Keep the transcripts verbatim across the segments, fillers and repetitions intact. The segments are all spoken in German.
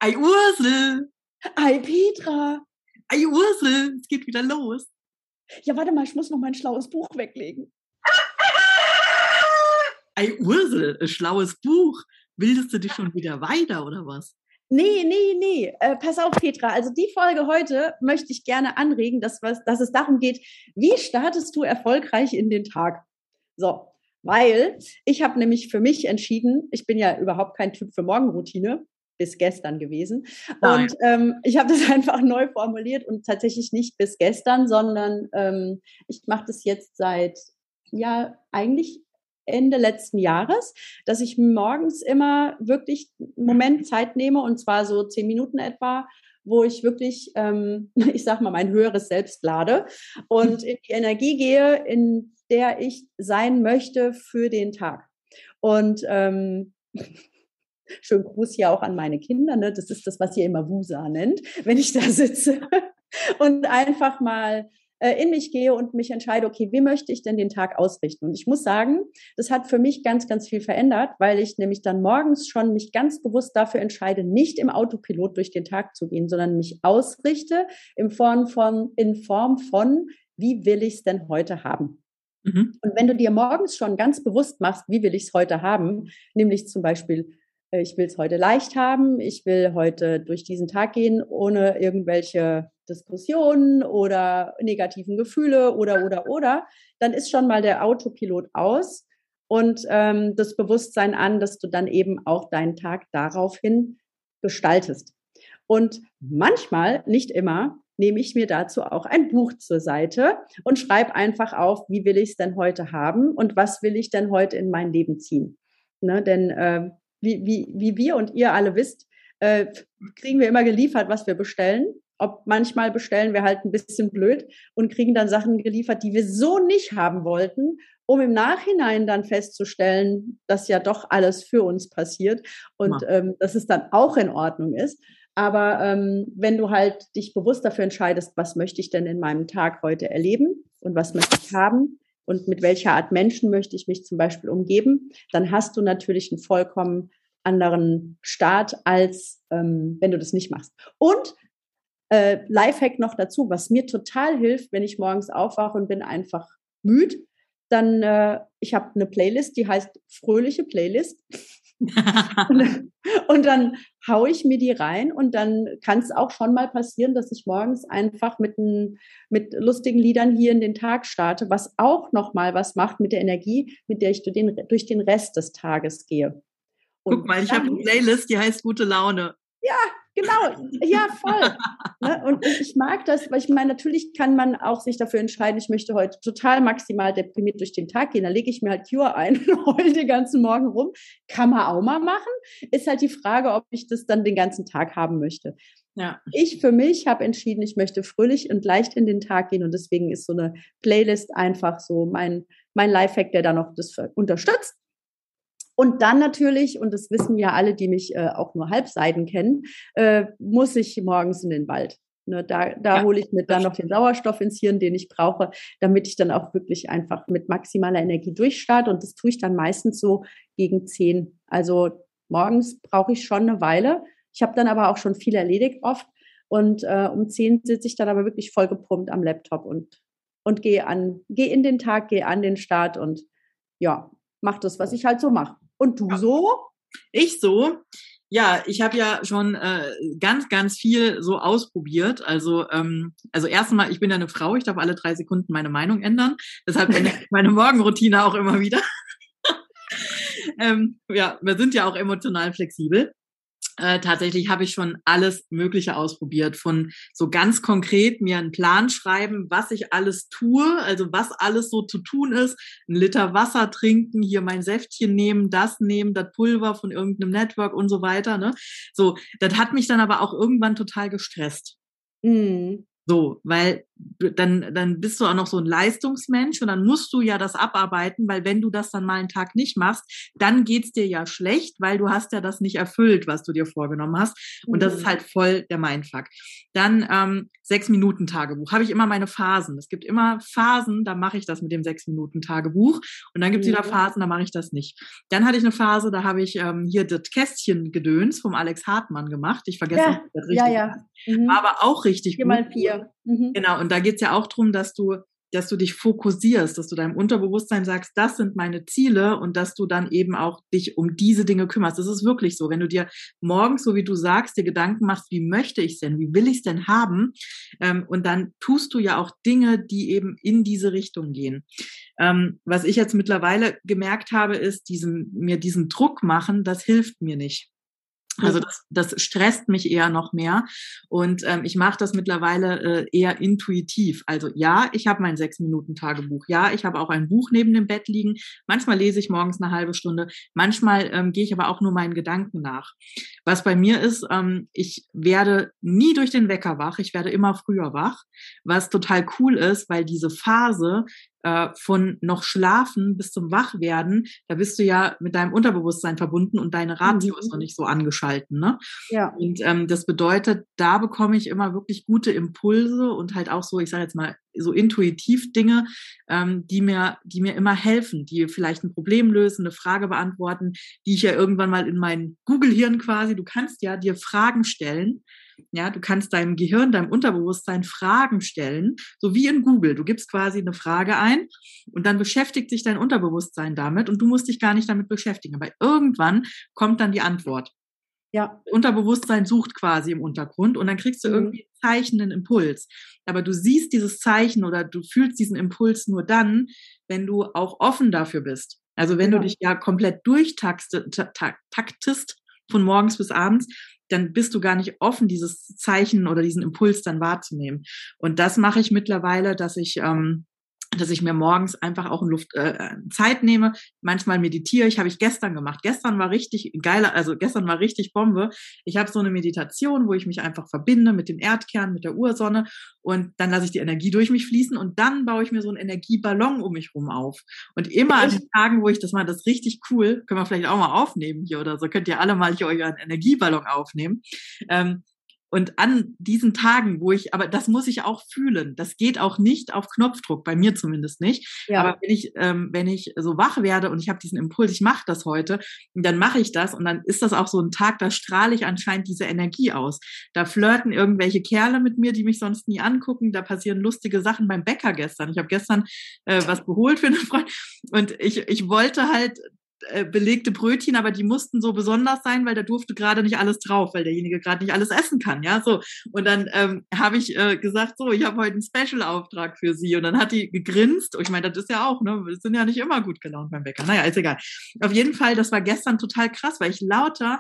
Ei Ursel! Ei Petra! Ei Ursel, es geht wieder los. Ja, warte mal, ich muss noch mein schlaues Buch weglegen. Ei Ursel, ein schlaues Buch. Bildest du dich schon wieder weiter, oder was? Nee, nee, nee. Äh, pass auf, Petra. Also die Folge heute möchte ich gerne anregen, dass, was, dass es darum geht, wie startest du erfolgreich in den Tag? So, weil ich habe nämlich für mich entschieden, ich bin ja überhaupt kein Typ für Morgenroutine, bis gestern gewesen. Nein. Und ähm, ich habe das einfach neu formuliert und tatsächlich nicht bis gestern, sondern ähm, ich mache das jetzt seit, ja, eigentlich Ende letzten Jahres, dass ich morgens immer wirklich einen Moment Zeit nehme, und zwar so zehn Minuten etwa, wo ich wirklich, ähm, ich sag mal, mein höheres Selbst lade und in die Energie gehe, in der ich sein möchte für den Tag. Und ähm, schönen Gruß hier auch an meine Kinder, ne? Das ist das, was ihr immer Wusa nennt, wenn ich da sitze und einfach mal in mich gehe und mich entscheide, okay, wie möchte ich denn den Tag ausrichten? Und ich muss sagen, das hat für mich ganz, ganz viel verändert, weil ich nämlich dann morgens schon mich ganz bewusst dafür entscheide, nicht im Autopilot durch den Tag zu gehen, sondern mich ausrichte in Form von, in Form von, wie will ich es denn heute haben? Mhm. Und wenn du dir morgens schon ganz bewusst machst, wie will ich es heute haben, nämlich zum Beispiel, ich will es heute leicht haben, ich will heute durch diesen Tag gehen, ohne irgendwelche Diskussionen oder negativen Gefühle oder, oder, oder, dann ist schon mal der Autopilot aus und ähm, das Bewusstsein an, dass du dann eben auch deinen Tag daraufhin gestaltest. Und manchmal, nicht immer, nehme ich mir dazu auch ein Buch zur Seite und schreibe einfach auf, wie will ich es denn heute haben und was will ich denn heute in mein Leben ziehen. Ne, denn äh, wie, wie, wie wir und ihr alle wisst, äh, kriegen wir immer geliefert, was wir bestellen. Ob manchmal bestellen wir halt ein bisschen blöd und kriegen dann Sachen geliefert, die wir so nicht haben wollten, um im Nachhinein dann festzustellen, dass ja doch alles für uns passiert und ja. ähm, dass es dann auch in Ordnung ist. Aber ähm, wenn du halt dich bewusst dafür entscheidest, was möchte ich denn in meinem Tag heute erleben und was möchte ich haben und mit welcher Art Menschen möchte ich mich zum Beispiel umgeben, dann hast du natürlich einen vollkommen anderen Start, als ähm, wenn du das nicht machst. Und Äh, Lifehack noch dazu, was mir total hilft, wenn ich morgens aufwache und bin einfach müde, dann, äh, ich habe eine Playlist, die heißt fröhliche Playlist. und, und dann haue ich mir die rein und dann kann es auch schon mal passieren, dass ich morgens einfach mit, ein, mit lustigen Liedern hier in den Tag starte, was auch noch mal was macht mit der Energie, mit der ich durch den, durch den Rest des Tages gehe. Und guck mal, ich habe eine Playlist, die heißt Gute Laune. Ja, genau. Ja, voll. Ne? Und ich mag das, weil ich meine, natürlich kann man auch sich dafür entscheiden, ich möchte heute total maximal deprimiert durch den Tag gehen. Da lege ich mir halt Cure ein und heule den ganzen Morgen rum. Kann man auch mal machen. Ist halt die Frage, ob ich das dann den ganzen Tag haben möchte. Ja. Ich für mich habe entschieden, ich möchte fröhlich und leicht in den Tag gehen und deswegen ist so eine Playlist einfach so mein, mein Lifehack, der da noch das unterstützt. Und dann natürlich, und das wissen ja alle, die mich äh, auch nur halbseiden kennen, äh, muss ich morgens in den Wald. Ne, da da ja, hole ich mir dann noch den Sauerstoff ins Hirn, den ich brauche, damit ich dann auch wirklich einfach mit maximaler Energie durchstarte. Und das tue ich dann meistens so gegen zehn. Also morgens brauche ich schon eine Weile. Ich habe dann aber auch schon viel erledigt oft. Und äh, um zehn sitze ich dann aber wirklich voll gepumpt am Laptop und, und gehe an, gehe in den Tag, gehe an den Start und ja, mach das, was ich halt so mache. Und du so? Ich so? Ja, ich habe ja schon äh, ganz, ganz viel so ausprobiert. Also, ähm, also erstmal, ich bin ja eine Frau, ich darf alle drei Sekunden meine Meinung ändern. Deshalb ändere ich meine Morgenroutine auch immer wieder. ähm, ja, wir sind ja auch emotional flexibel. Äh, tatsächlich habe ich schon alles Mögliche ausprobiert, von so ganz konkret mir einen Plan schreiben, was ich alles tue, also was alles so zu tun ist, ein Liter Wasser trinken, hier mein Säftchen nehmen, das nehmen, das Pulver von irgendeinem Network und so weiter, ne? So, das hat mich dann aber auch irgendwann total gestresst. Mhm. So, weil dann, dann bist du auch noch so ein Leistungsmensch und dann musst du ja das abarbeiten, weil wenn du das dann mal einen Tag nicht machst, dann geht's dir ja schlecht, weil du hast ja das nicht erfüllt, was du dir vorgenommen hast. Und mhm. das ist halt voll der Mindfuck. Dann ähm, Sechs-Minuten-Tagebuch. Habe ich immer meine Phasen. Es gibt immer Phasen, da mache ich das mit dem Sechs-Minuten-Tagebuch. Und dann gibt's mhm. wieder Phasen, da mache ich das nicht. Dann hatte ich eine Phase, da habe ich ähm, hier das Kästchen-Gedöns vom Alex Hartmann gemacht. Ich vergesse ja, das richtig. Ja, ja. Mhm. War aber auch richtig vier gut. Mal vier. Mhm. Genau, und da geht's ja auch drum, dass du, dass du dich fokussierst, dass du deinem Unterbewusstsein sagst, das sind meine Ziele und dass du dann eben auch dich um diese Dinge kümmerst. Das ist wirklich so. Wenn du dir morgens, so wie du sagst, dir Gedanken machst, wie möchte ich es denn, wie will ich es denn haben? Ähm, und dann tust du ja auch Dinge, die eben in diese Richtung gehen. Ähm, was ich jetzt mittlerweile gemerkt habe, ist, diesen, mir diesen Druck machen, das hilft mir nicht. Also das, das stresst mich eher noch mehr und ähm, ich mache das mittlerweile äh, eher intuitiv. Also ja, ich habe mein Sechs-Minuten-Tagebuch. Ja, ich habe auch ein Buch neben dem Bett liegen. Manchmal lese ich morgens eine halbe Stunde. Manchmal ähm, gehe ich aber auch nur meinen Gedanken nach. Was bei mir ist, ähm, ich werde nie durch den Wecker wach. Ich werde immer früher wach, was total cool ist, weil diese Phase äh, von noch schlafen bis zum Wachwerden, da bist du ja mit deinem Unterbewusstsein verbunden und deine Ratio mhm. ist noch nicht so angeschalten, ne? Ja. Und ähm, das bedeutet, da bekomme ich immer wirklich gute Impulse und halt auch so, ich sage jetzt mal, so intuitiv Dinge, ähm, die mir, die mir immer helfen, die vielleicht ein Problem lösen, eine Frage beantworten, die ich ja irgendwann mal in mein Google-Hirn quasi, du kannst ja dir Fragen stellen. Ja, du kannst deinem Gehirn, deinem Unterbewusstsein Fragen stellen, so wie in Google. Du gibst quasi eine Frage ein und dann beschäftigt sich dein Unterbewusstsein damit und du musst dich gar nicht damit beschäftigen. Aber irgendwann kommt dann die Antwort. Ja. Unterbewusstsein sucht quasi im Untergrund und dann kriegst du mhm. irgendwie einen Zeichen, einen Impuls. Aber du siehst dieses Zeichen oder du fühlst diesen Impuls nur dann, wenn du auch offen dafür bist. Also wenn ja. du dich ja komplett durchtaktest von morgens bis abends, dann bist du gar nicht offen, dieses Zeichen oder diesen Impuls dann wahrzunehmen. Und das mache ich mittlerweile, dass ich, ähm, dass ich mir morgens einfach auch in Luft äh, Zeit nehme. Manchmal meditiere ich, habe ich gestern gemacht. Gestern war richtig geiler, also gestern war richtig Bombe. Ich habe so eine Meditation, wo ich mich einfach verbinde mit dem Erdkern, mit der Ursonne und dann lasse ich die Energie durch mich fließen und dann baue ich mir so einen Energieballon um mich rum auf. Und immer an den Tagen, wo ich das mache, das ist richtig cool, können wir vielleicht auch mal aufnehmen hier oder so, könnt ihr alle mal hier euren Energieballon aufnehmen. Ähm, Und an diesen Tagen, wo ich, aber das muss ich auch fühlen. Das geht auch nicht auf Knopfdruck, bei mir zumindest nicht. Ja. Aber wenn ich, ähm, wenn ich so wach werde und ich habe diesen Impuls, ich mache das heute, dann mache ich das und dann ist das auch so ein Tag, da strahle ich anscheinend diese Energie aus. Da flirten irgendwelche Kerle mit mir, die mich sonst nie angucken. Da passieren lustige Sachen beim Bäcker gestern. Ich habe gestern äh, was geholt für einen Freund und ich, ich wollte halt belegte Brötchen, aber die mussten so besonders sein, weil da durfte gerade nicht alles drauf, weil derjenige gerade nicht alles essen kann, ja, so. Und dann ähm, habe ich äh, gesagt, so, ich habe heute einen Special-Auftrag für Sie. Und dann hat die gegrinst. Und ich meine, das ist ja auch, ne, wir sind ja nicht immer gut gelaunt beim Bäcker. Naja, ist egal. Auf jeden Fall, das war gestern total krass, weil ich lauter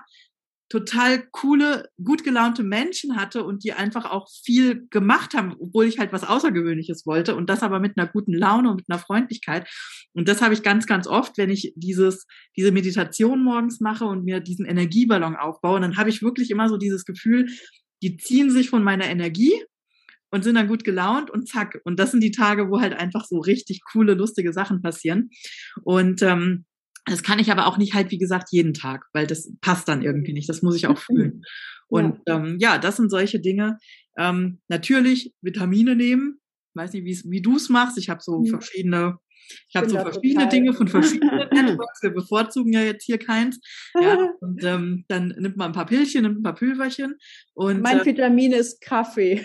total coole, gut gelaunte Menschen hatte und die einfach auch viel gemacht haben, obwohl ich halt was Außergewöhnliches wollte und das aber mit einer guten Laune und mit einer Freundlichkeit. Und das habe ich ganz, ganz oft, wenn ich dieses, diese Meditation morgens mache und mir diesen Energieballon aufbaue, und dann habe ich wirklich immer so dieses Gefühl, die ziehen sich von meiner Energie und sind dann gut gelaunt und zack. Und das sind die Tage, wo halt einfach so richtig coole, lustige Sachen passieren. Und ähm, das kann ich aber auch nicht halt, wie gesagt, jeden Tag, weil das passt dann irgendwie nicht. Das muss ich auch fühlen. Und ja, ähm, ja das sind solche Dinge. Ähm, natürlich Vitamine nehmen. Ich weiß nicht, wie du es machst. Ich habe so verschiedene, ich habe so verschiedene total. Dinge von verschiedenen Networks. Wir bevorzugen ja jetzt hier keins. Ja, und ähm, dann nimmt man ein paar Pillchen, nimmt ein paar Pülverchen. Und, mein äh, Vitamin ist Kaffee.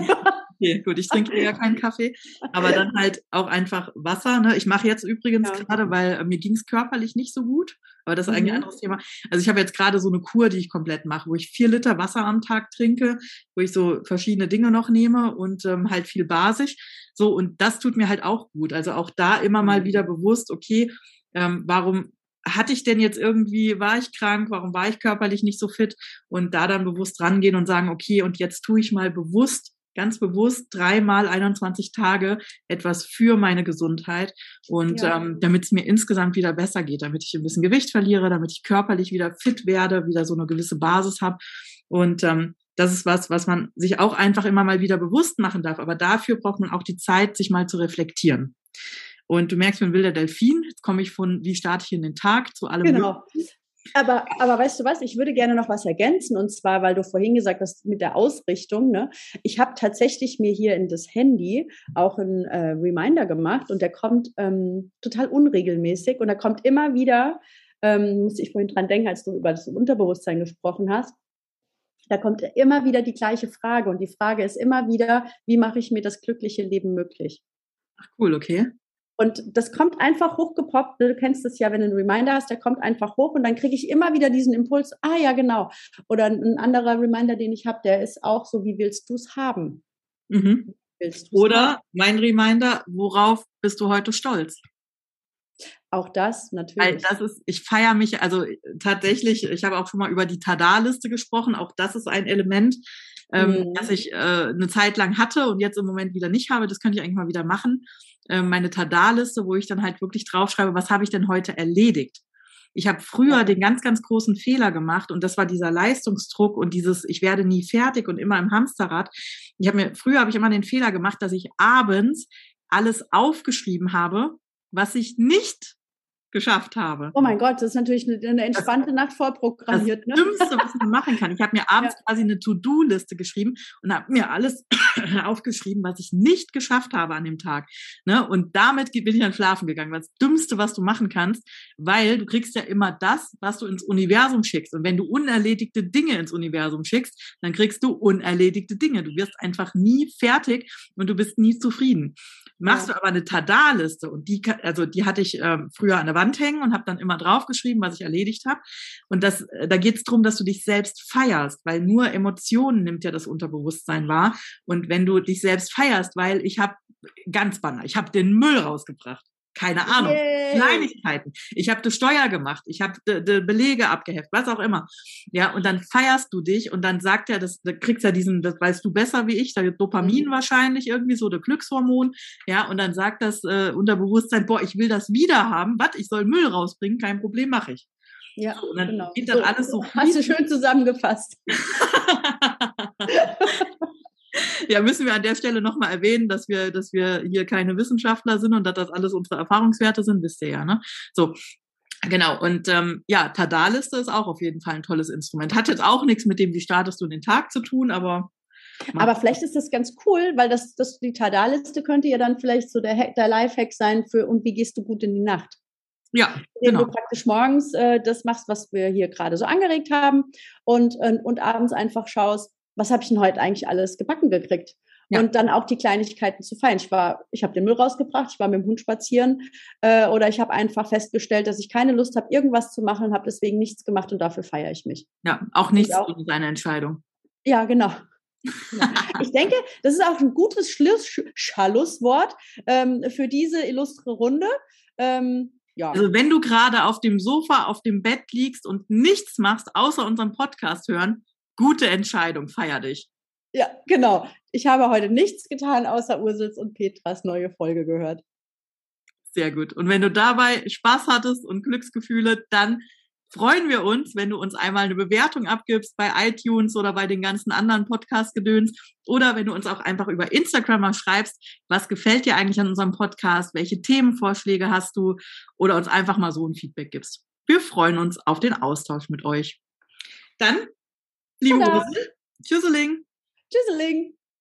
Okay, gut, ich trinke eher keinen Kaffee, aber dann halt auch einfach Wasser. Ne? Ich mache jetzt übrigens ja. gerade, weil äh, mir ging es körperlich nicht so gut, aber das ist eigentlich mhm. ein anderes Thema. Also ich habe jetzt gerade so eine Kur, die ich komplett mache, wo ich vier Liter Wasser am Tag trinke, wo ich so verschiedene Dinge noch nehme und ähm, halt viel basisch. So, und das tut mir halt auch gut. Also auch da immer mal wieder bewusst, okay, ähm, warum hatte ich denn jetzt irgendwie, war ich krank, warum war ich körperlich nicht so fit? Und da dann bewusst rangehen und sagen, okay, und jetzt tue ich mal bewusst, ganz bewusst dreimal einundzwanzig Tage etwas für meine Gesundheit und ja. ähm, damit es mir insgesamt wieder besser geht, damit ich ein bisschen Gewicht verliere, damit ich körperlich wieder fit werde, wieder so eine gewisse Basis habe. Und ähm, das ist was, was man sich auch einfach immer mal wieder bewusst machen darf. Aber dafür braucht man auch die Zeit, sich mal zu reflektieren. Und du merkst, man will der Delfin. Jetzt komme ich von, wie starte ich in den Tag, zu allem. Genau. Aber, aber weißt du was, ich würde gerne noch was ergänzen, und zwar, weil du vorhin gesagt hast, mit der Ausrichtung, ne? Ich habe tatsächlich mir hier in das Handy auch einen äh, Reminder gemacht, und der kommt ähm, total unregelmäßig, und da kommt immer wieder, ähm, musste ich vorhin dran denken, als du über das Unterbewusstsein gesprochen hast, da kommt immer wieder die gleiche Frage, und die Frage ist immer wieder, wie mache ich mir das glückliche Leben möglich? Ach cool, okay. Und das kommt einfach hochgepoppt. Du kennst es ja, wenn du einen Reminder hast, der kommt einfach hoch, und dann kriege ich immer wieder diesen Impuls, ah ja, genau. Oder ein anderer Reminder, den ich habe, der ist auch so, wie willst du es haben? Mhm. Willst du's Oder haben? mein Reminder, worauf bist du heute stolz? Auch das, Weil natürlich. das ist, ich feiere mich, also tatsächlich, ich habe auch schon mal über die Tada-Liste gesprochen, auch das ist ein Element, ähm, Mhm. das ich äh, eine Zeit lang hatte und jetzt im Moment wieder nicht habe. Das könnte ich eigentlich mal wieder machen. Ähm, meine Tada-Liste, wo ich dann halt wirklich draufschreibe, was habe ich denn heute erledigt? Ich habe früher Ja. den ganz, ganz großen Fehler gemacht, und das war dieser Leistungsdruck und dieses, ich werde nie fertig und immer im Hamsterrad. Ich habe mir, früher habe ich immer den Fehler gemacht, dass ich abends alles aufgeschrieben habe, was ich nicht geschafft habe. Oh mein Gott, das ist natürlich eine, eine entspannte Nacht vorprogrammiert. Das Ne? Dümmste, was man machen kann. Ich habe mir abends Ja. quasi eine To-Do-Liste geschrieben und habe mir alles aufgeschrieben, was ich nicht geschafft habe an dem Tag. Ne? Und damit bin ich dann schlafen gegangen. Das Dümmste, was du machen kannst, weil du kriegst ja immer das, was du ins Universum schickst. Und wenn du unerledigte Dinge ins Universum schickst, dann kriegst du unerledigte Dinge. Du wirst einfach nie fertig und du bist nie zufrieden. Machst ja. du aber eine Tada-Liste, und die, also die hatte ich ähm, früher an der Wand hängen und habe dann immer draufgeschrieben, was ich erledigt habe. Und das, da geht es darum, dass du dich selbst feierst, weil nur Emotionen nimmt ja das Unterbewusstsein wahr. Und wenn du dich selbst feierst, weil ich habe ganz banal, ich habe den Müll rausgebracht. Keine Ahnung. Yay. Kleinigkeiten. Ich habe die Steuer gemacht. Ich habe die, die Belege abgeheftet, was auch immer. Ja, und dann feierst du dich, und dann sagt er, das, da kriegst ja diesen, das weißt du besser wie ich, da gibt Dopamin mhm. wahrscheinlich irgendwie so, der Glückshormon. Ja, und dann sagt das äh, Unterbewusstsein, boah, ich will das wieder haben. Was? Ich soll Müll rausbringen? Kein Problem, mache ich. Ja, so, und dann genau. geht das so, alles so. Hast du schön zusammengefasst. Ja, müssen wir an der Stelle nochmal erwähnen, dass wir, dass wir hier keine Wissenschaftler sind und dass das alles unsere Erfahrungswerte sind, wisst ihr ja, ne? So, genau. Und ähm, ja, Tada-Liste ist auch auf jeden Fall ein tolles Instrument. Hat jetzt auch nichts mit dem, wie startest du den Tag zu tun, aber Aber vielleicht ist das ganz cool, weil das, das die Tada-Liste könnte ja dann vielleicht so der, Hack, der Lifehack sein für, und wie gehst du gut in die Nacht? Ja, indem genau. du praktisch morgens äh, das machst, was wir hier gerade so angeregt haben, und, und, und abends einfach schaust, was habe ich denn heute eigentlich alles gebacken gekriegt? Ja. Und dann auch die Kleinigkeiten zu feiern. Ich war, ich habe den Müll rausgebracht, ich war mit dem Hund spazieren äh, oder ich habe einfach festgestellt, dass ich keine Lust habe, irgendwas zu machen, und habe deswegen nichts gemacht, und dafür feiere ich mich. Ja, auch nichts ist eine Entscheidung. Ja, genau. Ich denke, das ist auch ein gutes Schluss, Schlusswort ähm, für diese illustre Runde. Ähm, ja. Also wenn du gerade auf dem Sofa, auf dem Bett liegst und nichts machst, außer unseren Podcast hören, gute Entscheidung, feier dich. Ja, genau. Ich habe heute nichts getan, außer Ursels und Petras neue Folge gehört. Sehr gut. Und wenn du dabei Spaß hattest und Glücksgefühle, dann freuen wir uns, wenn du uns einmal eine Bewertung abgibst bei iTunes oder bei den ganzen anderen Podcast-Gedöns, oder wenn du uns auch einfach über Instagram mal schreibst, was gefällt dir eigentlich an unserem Podcast, welche Themenvorschläge hast du, oder uns einfach mal so ein Feedback gibst. Wir freuen uns auf den Austausch mit euch. Dann, liebe Ursel, tschüsseling. Tschüsseling.